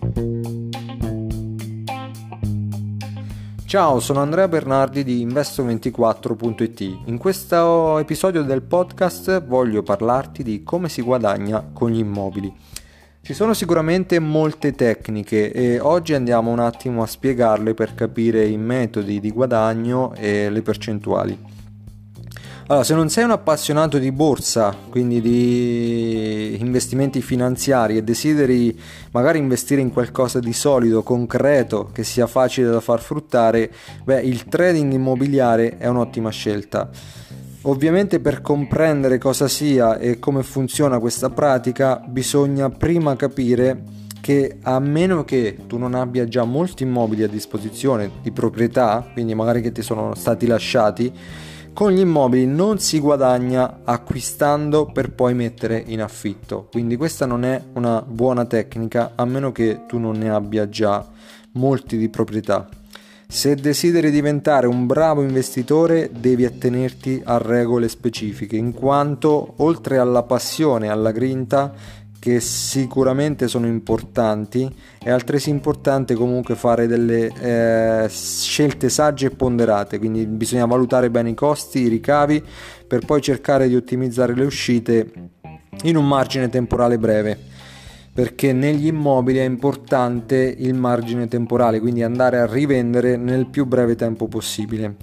Ciao, sono Andrea Bernardi di Investo24.it. In questo episodio del podcast voglio parlarti di come si guadagna con gli immobili. Ci sono sicuramente molte tecniche e oggi andiamo un attimo a spiegarle per capire i metodi di guadagno e le percentuali. Allora, se non sei un appassionato di borsa, quindi di investimenti finanziari e desideri magari investire in qualcosa di solido, concreto, che sia facile da far fruttare, il trading immobiliare è un'ottima scelta. Ovviamente per comprendere cosa sia e come funziona questa pratica bisogna prima capire che a meno che tu non abbia già molti immobili a disposizione di proprietà, quindi magari che ti sono stati lasciati, con gli immobili non si guadagna acquistando per poi mettere in affitto, quindi questa non è una buona tecnica a meno che tu non ne abbia già molti di proprietà. Se desideri diventare un bravo investitore devi attenerti a regole specifiche, in quanto oltre alla passione e alla grinta, che sicuramente sono importanti, è altresì importante comunque fare delle scelte sagge e ponderate, quindi bisogna valutare bene i costi, i ricavi, per poi cercare di ottimizzare le uscite in un margine temporale breve, perché negli immobili è importante il margine temporale, quindi andare a rivendere nel più breve tempo possibile.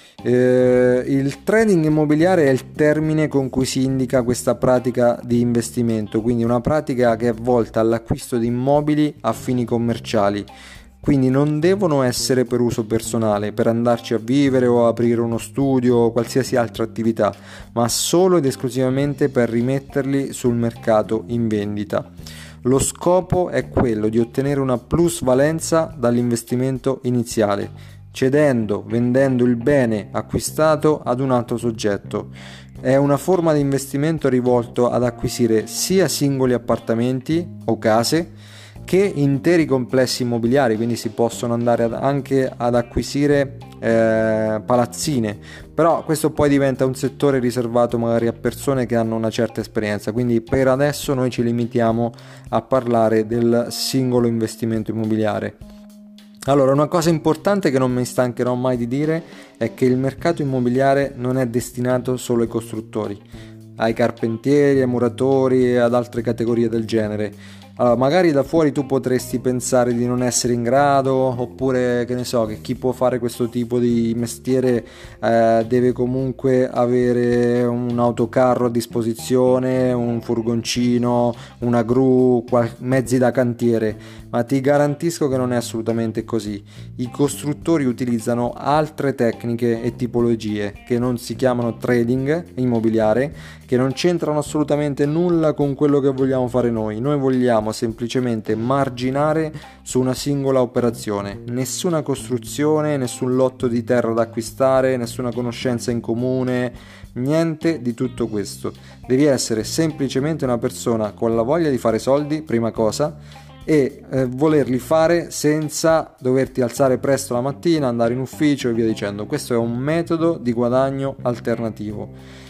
Il trading immobiliare è il termine con cui si indica questa pratica di investimento, quindi una pratica che è volta all'acquisto di immobili a fini commerciali, quindi non devono essere per uso personale, per andarci a vivere o aprire uno studio o qualsiasi altra attività, ma solo ed esclusivamente per rimetterli sul mercato in vendita. Lo scopo è quello di ottenere una plusvalenza dall'investimento iniziale, vendendo il bene acquistato ad un altro soggetto. È una forma di investimento rivolto ad acquisire sia singoli appartamenti o case che interi complessi immobiliari, quindi si possono andare anche ad acquisire palazzine, però questo poi diventa un settore riservato magari a persone che hanno una certa esperienza, quindi per adesso noi ci limitiamo a parlare del singolo investimento immobiliare. Allora, una cosa importante che non mi stancherò mai di dire è che il mercato immobiliare non è destinato solo ai costruttori, ai carpentieri, ai muratori e ad altre categorie del genere. Allora, magari da fuori tu potresti pensare di non essere in grado, oppure che ne so, che chi può fare questo tipo di mestiere deve comunque avere un autocarro a disposizione, un furgoncino, una gru, mezzi da cantiere, ma ti garantisco che non è assolutamente così. I costruttori utilizzano altre tecniche e tipologie che non si chiamano trading immobiliare, che non c'entrano assolutamente nulla con quello che vogliamo fare noi. Noi vogliamo semplicemente marginare su una singola operazione, nessuna costruzione, nessun lotto di terra da acquistare, nessuna conoscenza in comune, niente di tutto questo. Devi essere semplicemente una persona con la voglia di fare soldi, prima cosa, e volerli fare senza doverti alzare presto la mattina, andare in ufficio e via dicendo. Questo è un metodo di guadagno alternativo.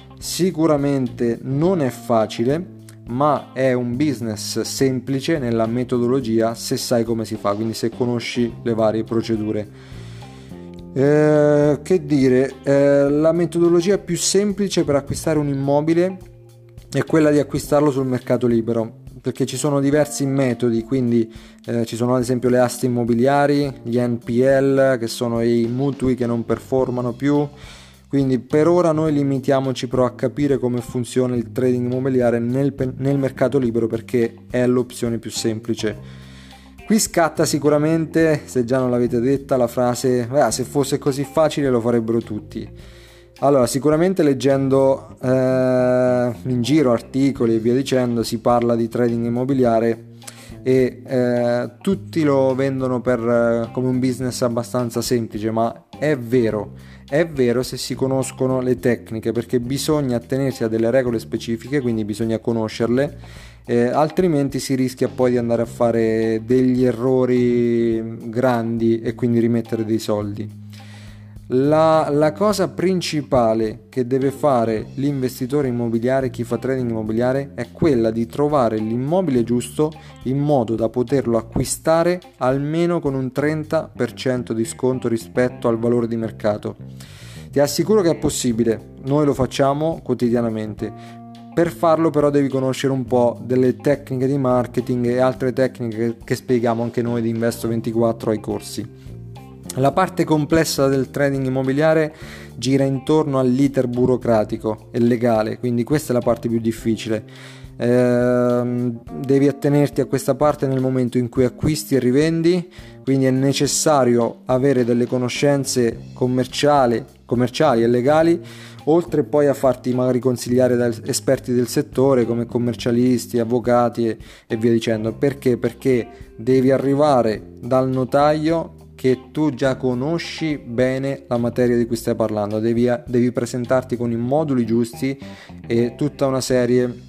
Sicuramente non è facile, ma è un business semplice nella metodologia se sai come si fa, quindi se conosci le varie procedure. La metodologia più semplice per acquistare un immobile è quella di acquistarlo sul mercato libero, perché ci sono diversi metodi, quindi ci sono ad esempio le aste immobiliari, gli NPL, che sono i mutui che non performano più. Quindi per ora noi limitiamoci però a capire come funziona il trading immobiliare nel mercato libero, perché è l'opzione più semplice. Qui scatta sicuramente, se già non l'avete detta, la frase se fosse così facile lo farebbero tutti. Allora, sicuramente leggendo in giro articoli e via dicendo si parla di trading immobiliare e tutti lo vendono come un business abbastanza semplice, ma è vero se si conoscono le tecniche, perché bisogna attenersi a delle regole specifiche, quindi bisogna conoscerle, altrimenti si rischia poi di andare a fare degli errori grandi e quindi rimettere dei soldi. La cosa principale che deve fare l'investitore immobiliare, chi fa trading immobiliare, è quella di trovare l'immobile giusto in modo da poterlo acquistare almeno con un 30% di sconto rispetto al valore di mercato. Ti assicuro che è possibile, noi lo facciamo quotidianamente. Per farlo però devi conoscere un po' delle tecniche di marketing e altre tecniche che spieghiamo anche noi di Investo24 ai corsi. La parte complessa del trading immobiliare gira intorno all'iter burocratico e legale, quindi questa è la parte più difficile. Devi attenerti a questa parte nel momento in cui acquisti e rivendi, quindi è necessario avere delle conoscenze commerciali e legali, oltre poi a farti magari consigliare da esperti del settore come commercialisti, avvocati e via dicendo. Perché? Perché devi arrivare dal notaio che tu già conosci bene la materia di cui stai parlando, devi presentarti con i moduli giusti e tutta una serie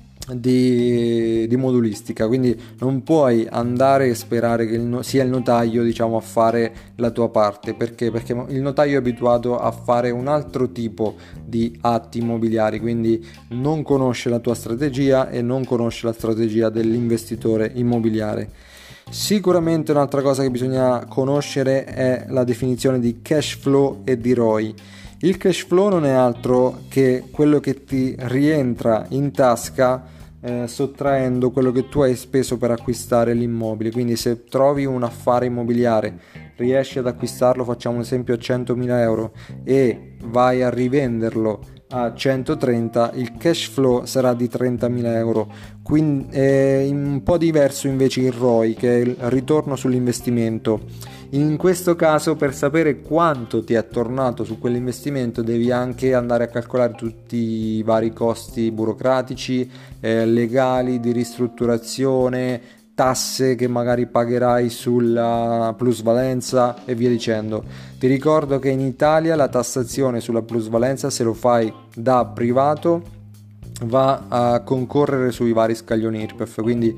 di modulistica, quindi non puoi andare e sperare che sia il notaio, diciamo, a fare la tua parte. Perché il notaio è abituato a fare un altro tipo di atti immobiliari, quindi non conosce la tua strategia e non conosce la strategia dell'investitore immobiliare. Sicuramente un'altra cosa che bisogna conoscere è la definizione di cash flow e di ROI. Il cash flow non è altro che quello che ti rientra in tasca sottraendo quello che tu hai speso per acquistare l'immobile. Quindi se trovi un affare immobiliare, riesci ad acquistarlo, facciamo un esempio, a 100.000 euro e vai a rivenderlo a 130, il cash flow sarà di 30.000 euro. Quindi è un po' diverso invece il ROI, che è il ritorno sull'investimento. In questo caso, per sapere quanto ti è tornato su quell'investimento, devi anche andare a calcolare tutti i vari costi burocratici, legali, di ristrutturazione, tasse che magari pagherai sulla plusvalenza e via dicendo. Ti ricordo che in Italia la tassazione sulla plusvalenza, se lo fai da privato, va a concorrere sui vari scaglioni IRPEF, quindi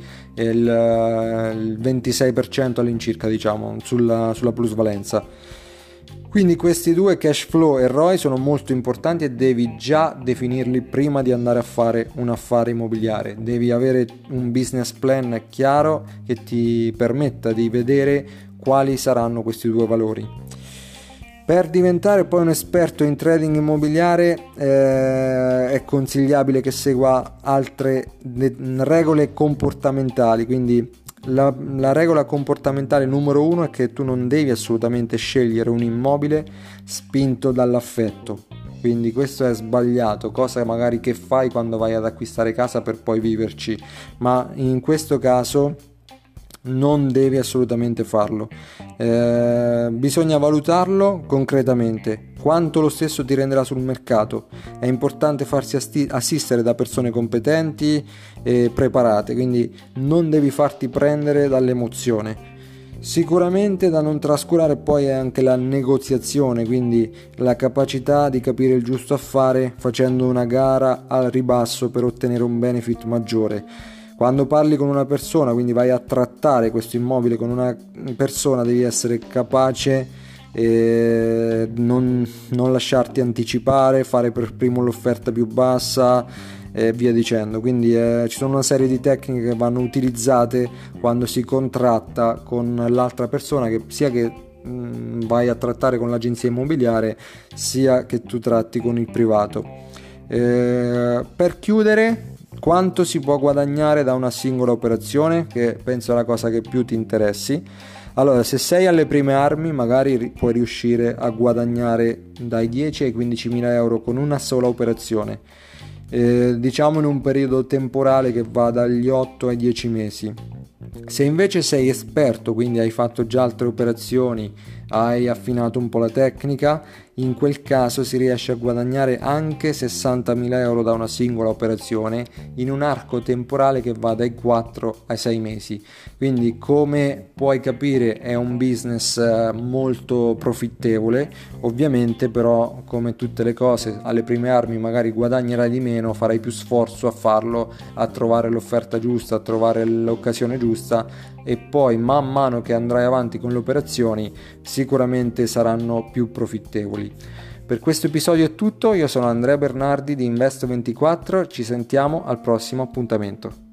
il 26% all'incirca, diciamo, sulla plusvalenza. Quindi questi due, cash flow e ROI, sono molto importanti e devi già definirli prima di andare a fare un affare immobiliare. Devi avere un business plan chiaro che ti permetta di vedere quali saranno questi due valori. Per diventare poi un esperto in trading immobiliare è consigliabile che segua altre regole comportamentali. Quindi la regola comportamentale numero 1 è che tu non devi assolutamente scegliere un immobile spinto dall'affetto. Quindi questo è sbagliato, cosa magari che fai quando vai ad acquistare casa per poi viverci, ma in questo caso non devi assolutamente farlo. Bisogna valutarlo concretamente, quanto lo stesso ti renderà sul mercato. È importante farsi assistere da persone competenti e preparate, quindi non devi farti prendere dall'emozione. Sicuramente da non trascurare poi è anche la negoziazione, quindi la capacità di capire il giusto affare facendo una gara al ribasso per ottenere un benefit maggiore. Quando parli con una persona, quindi vai a trattare questo immobile con una persona, devi essere capace e non lasciarti anticipare, fare per primo l'offerta più bassa e via dicendo. Quindi ci sono una serie di tecniche che vanno utilizzate quando si contratta con l'altra persona, che sia che vai a trattare con l'agenzia immobiliare sia che tu tratti con il privato. Per chiudere, quanto si può guadagnare da una singola operazione, che penso è la cosa che più ti interessi. Allora, se sei alle prime armi, magari puoi riuscire a guadagnare dai 10 ai 15.000 euro con una sola operazione, diciamo in un periodo temporale che va dagli 8 ai 10 mesi. Se invece sei esperto, quindi hai fatto già altre operazioni, hai affinato un po' la tecnica, in quel caso si riesce a guadagnare anche 60.000 euro da una singola operazione in un arco temporale che va dai 4 ai 6 mesi. Quindi, come puoi capire, è un business molto profittevole. Ovviamente però, come tutte le cose, alle prime armi magari guadagnerai di meno, farai più sforzo a farlo, a trovare l'offerta giusta, a trovare l'occasione giusta, e poi man mano che andrai avanti con le operazioni sicuramente saranno più profittevoli. Per questo episodio è tutto, io sono Andrea Bernardi di Investo24, ci sentiamo al prossimo appuntamento.